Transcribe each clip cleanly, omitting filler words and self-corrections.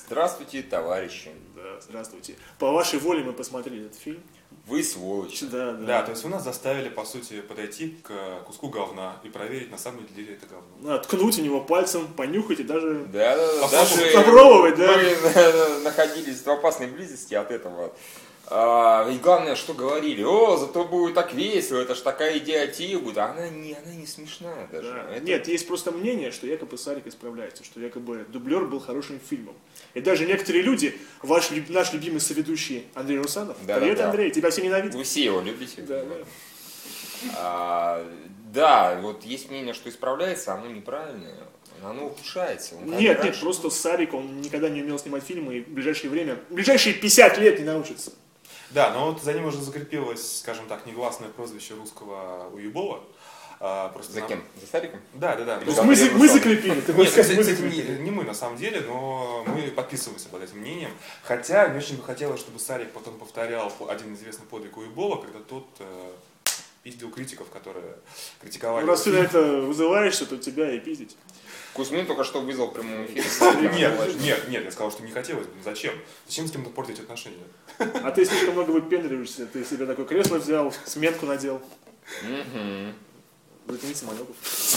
Здравствуйте, товарищи. Да, здравствуйте. По вашей воле мы посмотрели этот фильм. Вы сволочи. Да, то есть вы нас заставили, по сути, подойти к куску говна и проверить, на самом деле это говно. Ткнуть в него пальцем, понюхать и даже даже попробовать, да. Мы находились в опасной близости от этого. И главное, что говорили, зато будет так весело, это ж такая идиотия будет. Она не смешная даже. Да. Это... Нет, есть просто мнение, что якобы Сарик исправляется, что якобы дублер был хорошим фильмом. И даже некоторые люди, наш любимый соведущий Андрей Русанов, привет, Андрей, тебя все ненавидят. Вы все его любите. Да. Да, вот есть мнение, что исправляется, оно неправильное. Оно ухудшается. Нет, просто Сарик, он никогда не умел снимать фильмы и в ближайшие 50 лет не научится. Да, но вот за ним уже закрепилось, скажем так, негласное прозвище русского уебова. За кем? За Сариком? Да. То есть мы закрепили. Нет, кстати, не мы на самом деле, но мы подписываемся под этим мнением. Хотя мне очень бы хотелось, чтобы Сарик потом повторял один известный подвиг уебова, когда тот пиздил критиков, которые критиковали. Раз ты на это вызываешься, то тебя и пиздить. Кузьмин только что вызвал в прямом эфире. Нет, я сказал, что не хотелось бы. Зачем? Зачем с кем-то портить отношения? А ты слишком много выпендриваешься. Ты себе такое кресло взял, сметку надел. Затяни самолетов.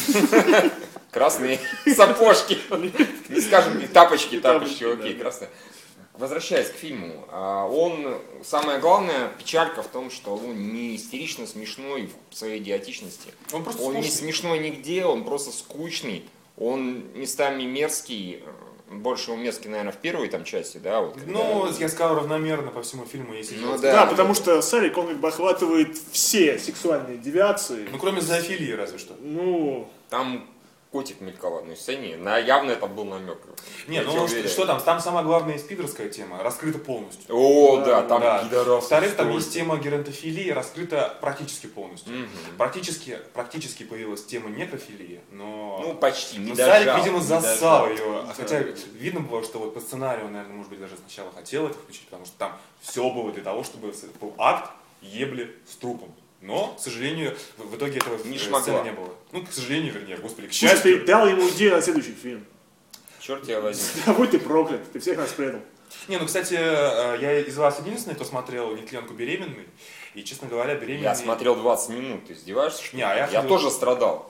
Красные сапожки. Не скажем, тапочки, окей, красные. Возвращаясь к фильму, самое главное, печалька в том, что он не истерично смешной в своей идиотичности. Он не смешной нигде, он просто скучный. Он местами мерзкий, больше он мерзкий, наверное, в первой там части, да? Вот, я сказал, равномерно по всему фильму, если да, потому что Сарик, он как бы охватывает все сексуальные девиации. Кроме зоофилии, разве что. Там котик мелькал в одной сцене, явно это был намек. Что там? Там самая главная спидерская тема раскрыта полностью. Там пидоров. Во-вторых, там есть тема геронтофилии, раскрыта практически полностью. Практически появилась тема некрофилии, но... почти, не Сарик, дожал, видимо, зассал ее. Хотя видно было, что вот по сценарию он, наверное, может быть, даже сначала хотел это включить, потому что там все было для того, чтобы был акт ебли с трупом. Но, к сожалению, в итоге этого сцены не было. К сожалению, вернее, господи, к счастью. Ты дал ему идею на следующий фильм. Черт тебя возьми. Да будь ты проклят, ты всех нас предал. Кстати, я из вас единственный, кто смотрел «Нетленку беременный». И, честно говоря, беременный... Я смотрел 20 минут, ты издеваешься? Я тоже страдал.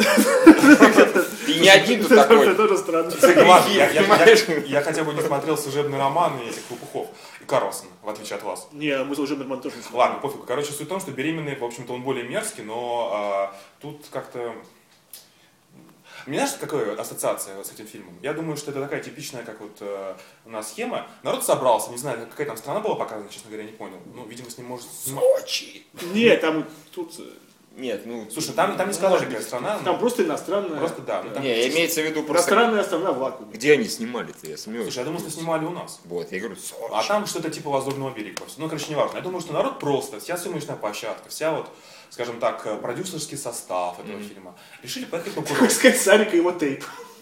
И не один тут такой. Ты тоже страдал. Я хотя бы не смотрел служебный роман и этих лопухов. И Карлсона, в отличие от вас. Не, мы служебный роман тоже не смотрели. Ладно, пофигу. Короче, суть в том, что беременный, в общем-то, он более мерзкий, но тут как-то... Мне знаешь, какая ассоциация с этим фильмом? Я думаю, что это такая типичная, как вот у нас схема. Народ собрался, не знаю, какая там страна была показана, честно говоря, не понял. Видимо, с ним может... Сочи! Нет, там тут... Нет, Слушай, там не сказали, какая страна. Там просто иностранная. Просто да. Имеется в виду просто... Иностранная страна в вакууме. Где они снимали-то, я сомневаюсь. Слушай, я думаю, что снимали у нас. Вот, я говорю, Сочи. А там что-то типа Лазурного берега. Неважно. Я думаю, что народ просто, вся съемочная площадка, вся вот, скажем так, продюсерский состав этого фильма решили поехать на курорт. Как сказать, Сарик и его тейп.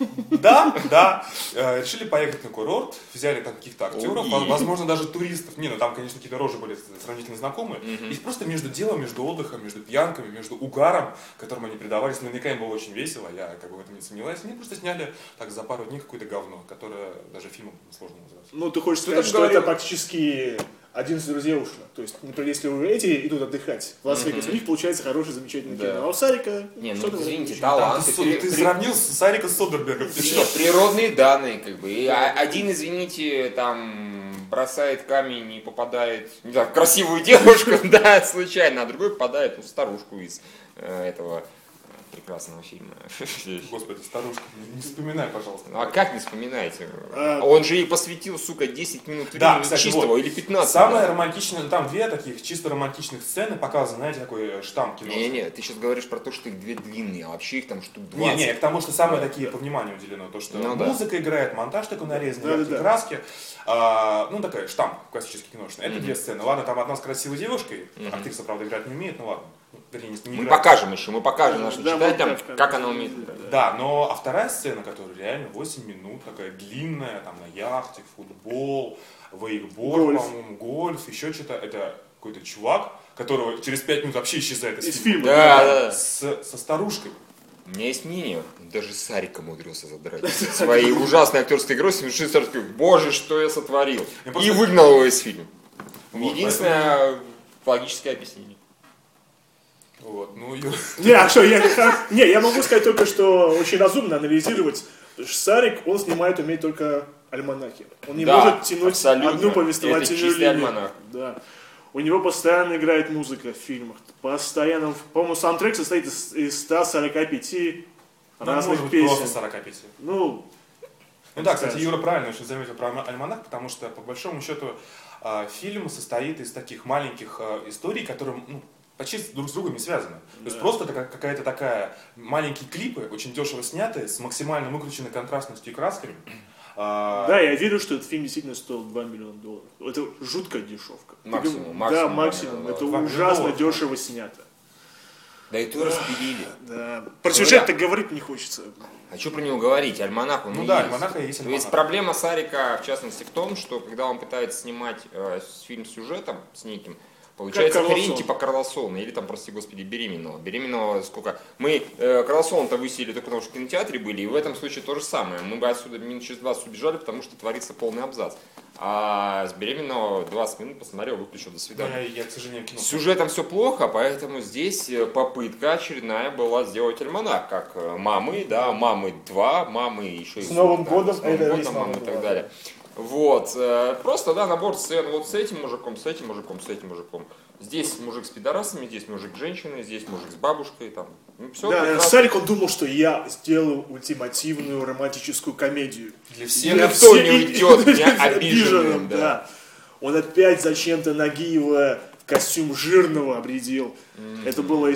Да. Решили поехать на курорт, взяли там каких-то актеров, возможно, даже туристов. Там, конечно, какие-то рожи были сравнительно знакомые. И просто между делом, между отдыхом, между пьянками, между угаром, которым они предавались, наверняка им было очень весело, я в этом не сомневаюсь. Они просто сняли так за пару дней какое-то говно, которое даже фильмом сложно назвать. Ты хочешь сказать, что это практически 11 друзей ушло. То есть, например, если эти идут отдыхать в Лас-Вегас, у них получается хороший, замечательный кино. А у Сарика... извините, талант. Ты сравнил Сарика с Содербергом. Природные данные, И один, извините, там бросает камень и попадает в красивую девушку, случайно, а другой попадает в старушку из этого прекрасного фильма. Господи, старушка, не вспоминай, пожалуйста. А как не вспоминаете? Он же ей посвятил, 10 минут чистого или 15. Самое романтичное, там две таких чисто романтичных сцены показаны, знаете, такой штамп кино. Не, ты сейчас говоришь про то, что их две длинные, а вообще их там штук 20. Не, к тому, что самые такие по вниманию уделено. То, что музыка играет, монтаж такой нарезанный, яркие краски. Такой штамп классический киношный. Это две сцены. Ладно, там одна с красивой девушкой, актриса, правда, играть не умеет, ладно. Мы покажем нашим читателям, как она умеет. Да, но вторая сцена, которая реально 8 минут, такая длинная, там на яхте, футбол, вейкборд, по-моему, гольф, еще что-то, это какой-то чувак, которого через 5 минут вообще исчезает из фильма. Да. Со старушкой. У меня есть мнение, даже Сарик умудрился задрать своей ужасной актерской игрой, совершенно такой, боже, что я сотворил. И выгнал его из фильма. Единственное логическое объяснение. Вот, ну, я могу сказать только, что очень разумно анализировать. Сарик, он умеет только альманахи. Он не может тянуть одну повествовательную линию. Альманах. Да. У него постоянно играет музыка в фильмах. Постоянно, по-моему, саундтрек состоит из 145 разных песен. Просто 45. Ну да, кстати, Юра правильно очень заметил про альманах, потому что, по большому счету, фильм состоит из таких маленьких историй, которые почти друг с другом не связаны. То есть просто какая-то такая маленькие клипы, очень дешево снятые, с максимально выкрученной контрастностью и красками. Да, я верю, что этот фильм действительно стоил $2 миллиона. Это жуткая дешевка. Максимум. Да, максимум. Это ужасно дешево снято. Да и то распилили. Да. Про сюжет-то говорить не хочется. А что про него говорить? Альманах, он альманаха есть альманах. То есть проблема Сарика, в частности, в том, что когда он пытается снимать фильм с сюжетом, с неким, получается хрень типа Карлосона, или там, прости господи, Беременного. Беременного сколько? Мы Карлосона-то высели только потому, что в кинотеатре были, и в этом случае то же самое. Мы бы отсюда минут через 20 убежали, потому что творится полный абзац. А с Беременного 20 минут посмотрел, выключил, до свидания. Я, к сожалению, кино. С сюжетом все плохо, поэтому здесь попытка очередная была сделать альманах, как «Мамы», да, «Мамы 2», «Мамы» еще и с Новым годом, «Мамы» и так далее. Вот, просто, да, набор сцен, вот с этим мужиком, с этим мужиком, с этим мужиком. Здесь мужик с пидорасами, здесь мужик с женщиной, здесь мужик с бабушкой, там, все. Да, Сарик, он думал, что я сделаю ультимативную романтическую комедию. Для всех. Никто не уйдет меня обиженным, да. Он опять зачем-то Нагиева в костюм жирного обрядил. Это было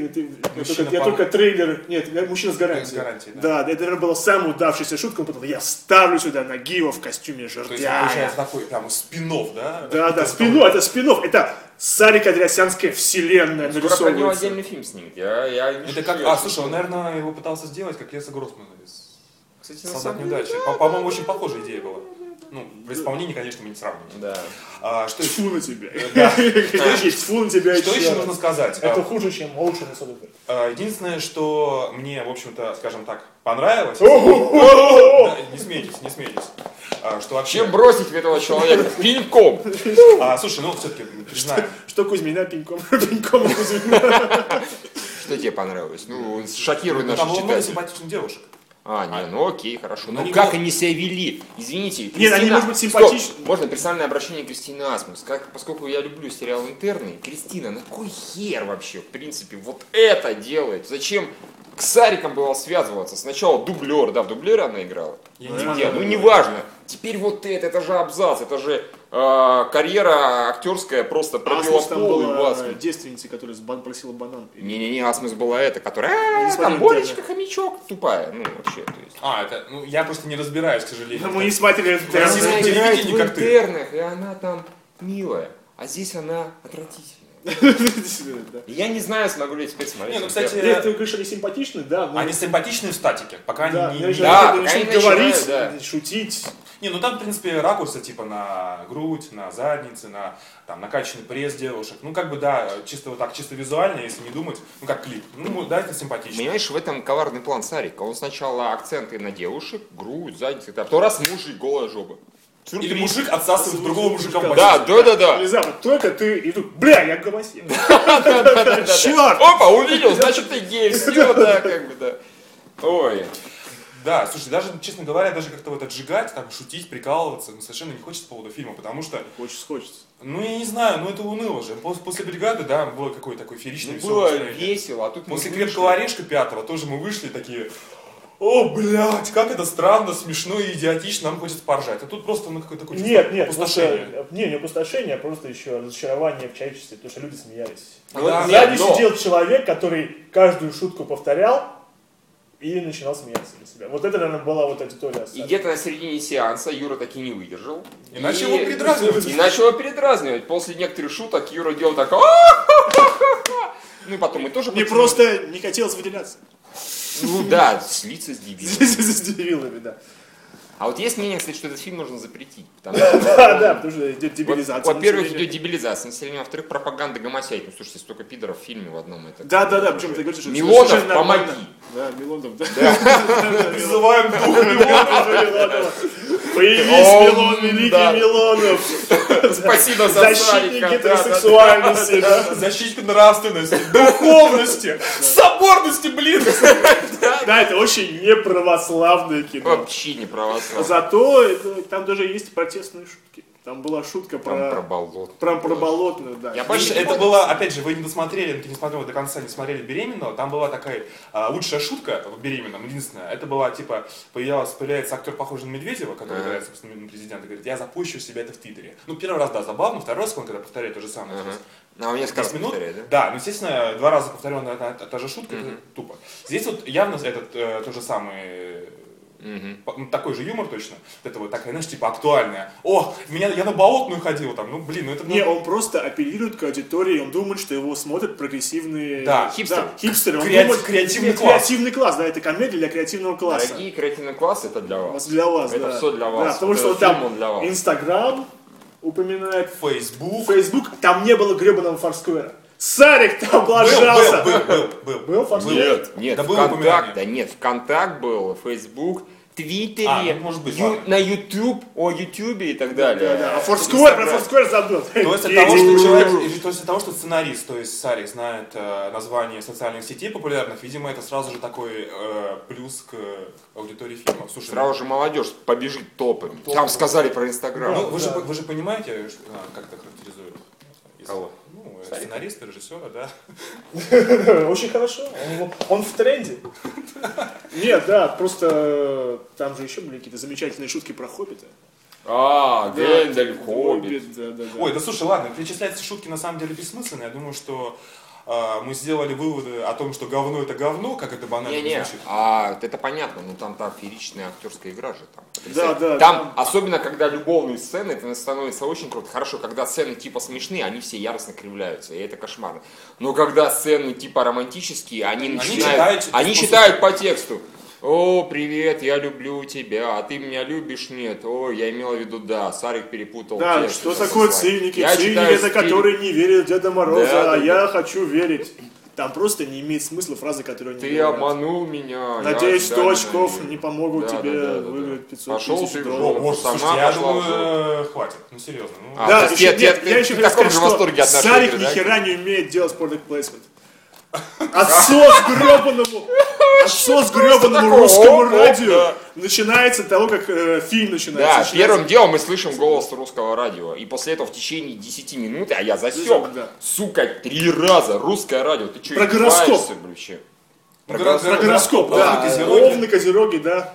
я только трейлер. Нет, «Мужчина с гарантией». Да, это была самая удавшаяся шутка. Он подумал, я ставлю сюда Нагиева в костюме жирдя. То есть получается такой прям спин-офф, да? Да, спин-офф. Это Сарик Андреасянская вселенная нарисовывается. Скоро про него отдельный фильм снимет. Это как, слушай, он, наверное, его пытался сделать, как Леса Гроссмана из «Солдат неудачи». По-моему, очень похожая идея была. В исполнении, конечно, мы не сравним. Да. Тьфу на тебя. Тьфу на тебя. Что еще нужно сказать? Это хуже, чем лучше на Содоме. Единственное, что мне, в общем-то, скажем так, понравилось. Не смейтесь. Что вообще... Чем бросить в этого человека? Пинком. Слушай, все-таки, не знаю. Что Кузьмина пинком? Пинком Кузьмина. Что тебе понравилось? Шокируй наших читателей. Там было много симпатичных девушек. Окей, хорошо. Но как они себя вели? Извините. Нет, они, может быть, симпатичны. Можно персональное обращение к Кристине Асмус. Поскольку я люблю сериал «Интерны», Кристина, на кой хер вообще, в принципе, вот это делает? Зачем к Сарикам было связываться? Сначала дублер, да, в дублере она играла? Неважно. Теперь вот это же абзац, это же карьера актерская просто пробила пол и вас. Девственница, которая просила банан. Не, Асмус была эта, которая там Боречка, хомячок, тупая. Вообще, то есть. Я просто не разбираюсь, к сожалению. Мы не смотрели интерны. Она играет в интернах, и она там милая, а здесь она отвратительная. Я не знаю, смогу ли я теперь смотреть. Кстати, ты говоришь, они симпатичны, да. Они симпатичны в статике, пока они не начнут говорить, шутить. Там, в принципе, ракурсы типа на грудь, на задницы, на накачанный пресс девушек. Чисто вот так, чисто визуально, если не думать, как клип. Это симпатично. Понимаешь, в этом коварный план Сарика. Он сначала акценты на девушек, грудь, задницы, а то раз мужик, голая жопа. Или мужик отсасывает другого мужика. Да. Только ты и тут, бля, я гомосек. Черт! Опа, увидел, значит ты гей, все, да, да. Ой. Да, слушай, даже, честно говоря, даже как-то вот отжигать, шутить, прикалываться, совершенно не хочется по поводу фильма, потому что... Хочется. Я не знаю, это уныло же. После «Бригады», да, было какое-то такое фееричное было весело, а тут после «Крепкого орешка» 5-го тоже мы вышли такие... О, блядь, как это странно, смешно и идиотично, нам хочется поржать. А тут просто какое-то такое чувство опустошения. Не опустошение, а просто еще разочарование в человечестве, потому что люди смеялись. Сзади сидел человек, который каждую шутку повторял и начинал смеяться для себя. Вот это, наверное, была аудитория. И где-то на середине сеанса Юра таки не выдержал. И начал его передразнивать. После некоторых шуток Юра делал так... и потом мы тоже... Мне просто не хотелось выделяться. Слиться с дебилами. С дебилами, да. А вот есть мнение, кстати, что этот фильм нужно запретить. Потому что идет дебилизация. Во-первых, идет дебилизация населения, во-вторых, пропаганда гомосятины. Слушайте, столько пидоров в фильме в одном. Да, причем ты говоришь, что Милонов, помоги. Да, Милонов, да. Призываем дух Милонова. Появись, Милон, великий Милонов. Спасибо за защитник гетеросексуальности, да. Защитник нравственности, духовности, соборности, блин. Да, это очень неправославное кино. Вообще не православное. Зато там даже есть протестные шутки. Там была шутка Про болотную, да. Это было, опять же, вы не досмотрели, ты не смотрел до конца, не смотрели «Беременного», там была такая лучшая шутка в «Беременном», единственная, это была, типа, появляется актер, похожий на Медведева, который играет, собственно, президента, и говорит, я запущу себя это в Твиттере. Ну, первый раз, да, забавно, второй раз, он когда повторяет то же самое. А он несколько раз повторяет, да? Да, ну, естественно, 2 раза повторенная та же шутка, это тупо. Здесь вот явно этот тот же самый... Такой же юмор точно. Это вот такая, знаешь, типа актуальная. Я на болотную ходил там. Ну, блин, ну это... Не, он просто апеллирует к аудитории, он думает, что его смотрят прогрессивные... Да, хипстеры. Креативный класс. Креативный класс, да, это комедия для креативного класса. Дорогие, креативный класс, это для вас. Для вас, это да. все для вас. Да, потому что там Инстаграм упоминает, Фейсбук, там не было гребаного Форсквера. Сарик там облажался. Был Форсквер? Нет, ВКонтакт был, Фейсбук, Твиттере, на Ютубе и так далее. Да. А Форсквер, про Форсквер забыл. То есть от того, что сценарист, то есть Сарик, знает название социальных сетей популярных, видимо, это сразу же такой плюс к аудитории фильма. Слушай, сразу же молодежь побежит топами. Там сказали про Инстаграм. Ну, вы же понимаете, как это характеризует? Кого? Сценариста, режиссера, да. Очень хорошо. Он в тренде. Нет, да, просто там же еще были какие-то замечательные шутки про Хоббита. Гендель, Хоббит. Да. Ой, да слушай, ладно, перечислять эти шутки на самом деле бессмысленно. Я думаю, что мы сделали выводы о том, что говно это говно, как это банально звучит. Это понятно, но там фееричная актерская игра же. Да. Там, особенно когда любовные сцены, это становится очень круто. Хорошо, когда сцены типа смешные, они все яростно кривляются, и это кошмарно. Но когда сцены типа романтические, они читают по тексту. О, привет, я люблю тебя, а ты меня любишь? Нет. О, я имел в виду, да, Сарик перепутал. Да, что такое циники? Циники это которые не верят в Деда Мороза, я хочу верить. Там просто не имеет смысла фразы, которые они говорят. Ты обманул меня. Надеюсь, 100 очков не помогут тебе выиграть 500 тысяч долларов. Может, слушайте, я думаю, хватит. Ну, серьезно. Я еще хочу сказать, что Сарик ни хера не умеет делать product placement. Отсос гребаному русскому радио начинается с того, как фильм начинается. Да, первым делом мы слышим голос русского радио. И после этого в течение 10 минут, а я засек, сука, 3 раза русское радио. Ты что, про гороскоп. Про гороскоп, да. Овны, козероги, да.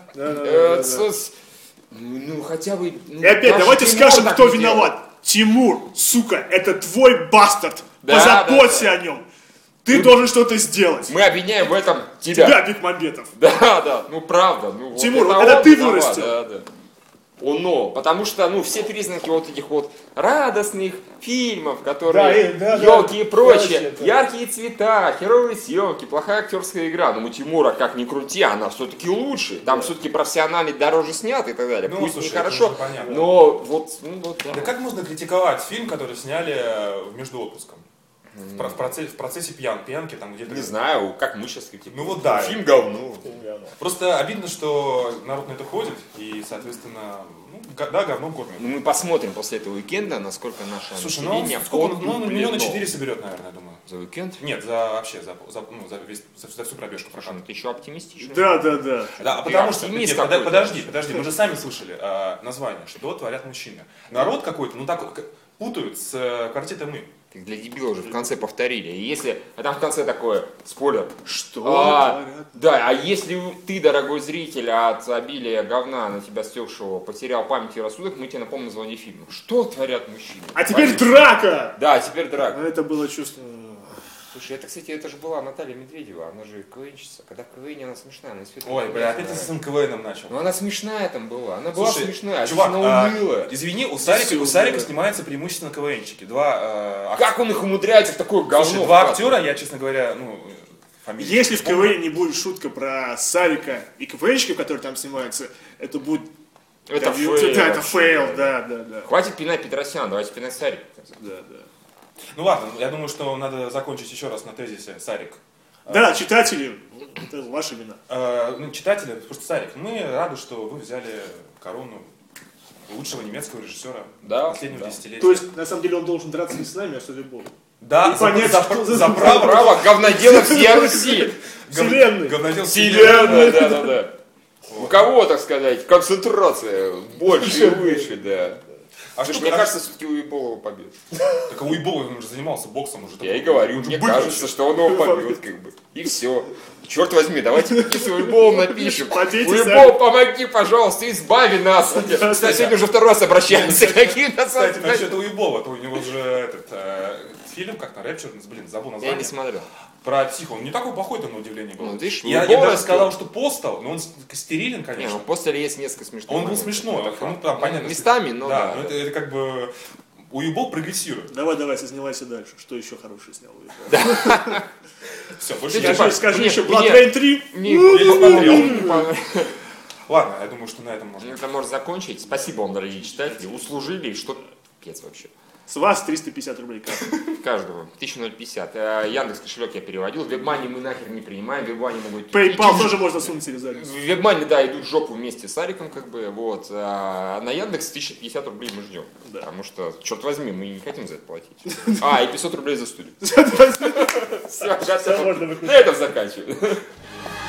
Ну, хотя бы... И опять, давайте скажем, кто виноват. Тимур, сука, это твой бастард. Позаботься о нем. Ты должен что-то сделать. Мы обвиняем в этом тебя. Тебя, Бекмамбетов. Да, ну правда. Тимур, это ты вырастил. Да. Потому что, все признаки вот этих вот радостных фильмов, которые, елки и прочее, яркие цвета, херовые съемки, плохая актерская игра. Но у Тимура, как ни крути, она все-таки лучше. Там все-таки профессионально дороже снят и так далее. Пусть не хорошо, но вот... Да как можно критиковать фильм, который сняли между отпуском? В процессе пьянки там где-то... Не знаю, как мы сейчас критикуем. Ну вот да. Фильм говно. Просто обидно, что народ на это ходит, и, соответственно, говно кормят. Мы посмотрим после этого уикенда, насколько наше население... Слушай, миллиона 4 соберет, наверное, я думаю. За уикенд? Нет, за всю пробежку. Слушай, ты еще оптимистичный. Да, потому что... Подожди, мы же сами слышали название, что творят мужчины. Народ какой-то, путают с квартетом «Мы». Для дебила уже в конце повторили. И если... А там в конце такое, спойлер. Что? Да, а если ты, дорогой зритель, от обилия говна на тебя стекшего потерял память и рассудок, мы тебе напомним название фильма. Что творят мужчины? А теперь драка! Да, теперь драка. Это было чувство... Слушай, кстати, это же была Наталья Медведева, она же КВНщица. Когда в КВН она смешная, она светлая. Ой, бля, опять ты с этим КВНом начал. Ну она смешная там была, она была смешная, чувак, она унылая. Извини, у Сарика снимаются преимущественно КВНщики. Как он их умудряется в такое говно? Слушай, 2 актера, я, честно говоря, фамилии. Если в КВН не будет шутка про Сарика и КВНщиков, которые там снимаются, это будет... Это фейл. Да, это фейл, да. Хватит пинать Петросяна, давайте пинать Сарика. Да. Ну ладно, я думаю, что надо закончить еще раз на тезисе Сарик. Да, читатели, это ваша вина. Читатели, просто Сарик, мы рады, что вы взяли корону лучшего немецкого режиссера последнего десятилетия. То есть, на самом деле, он должен драться не с нами, а с Увиболом. Да, за право говноделов всей Руси. Вселенной. Вселенной, да. У кого, так сказать, концентрация больше и выше, да. А что, мне кажется, все-таки Уйболова побьет. Так Уйболов, он же занимался боксом уже. Я и говорю, мне кажется, что он его побьет, как бы. И все. Черт возьми, давайте петицию Уйболова напишем. Уйбол, помоги, пожалуйста, избави нас. Кстати, сегодня уже второй раз обращаемся. Кстати, насчет Уйболова, то у него же этот фильм как-то рэпчер, забыл название. Я не смотрел. Про психо. Он не такой плохой-то, на удивление был. Ну, видишь, я даже сказал, что Постал, но он стерилен, конечно. Не, Постале есть несколько смешных. Он был смешной, так, там понятно. Местами, но да. Но это как бы Уйбол прогрессирует. Давай, сознавайся дальше. Что еще хорошее снял Уйбол? Все, больше скажи еще Blood Rain 3. Не смотрел. Ладно, я думаю, что на этом можно. Это можно закончить. Спасибо вам, дорогие читатели. Услужили, что пец вообще. С вас 350 рублей каждого. 1050. Яндекс кошелек я переводил. Вебмани мы нахер не принимаем. Вебмани могут... PayPal тоже можно сунуть через задницу. Вебмани, да, идут в жопу вместе с Ариком, как бы, вот. А на Яндекс 1050 рублей мы ждем. Да. Потому что, черт возьми, мы не хотим за это платить. И 500 рублей за студию. Все, на этом заканчиваем.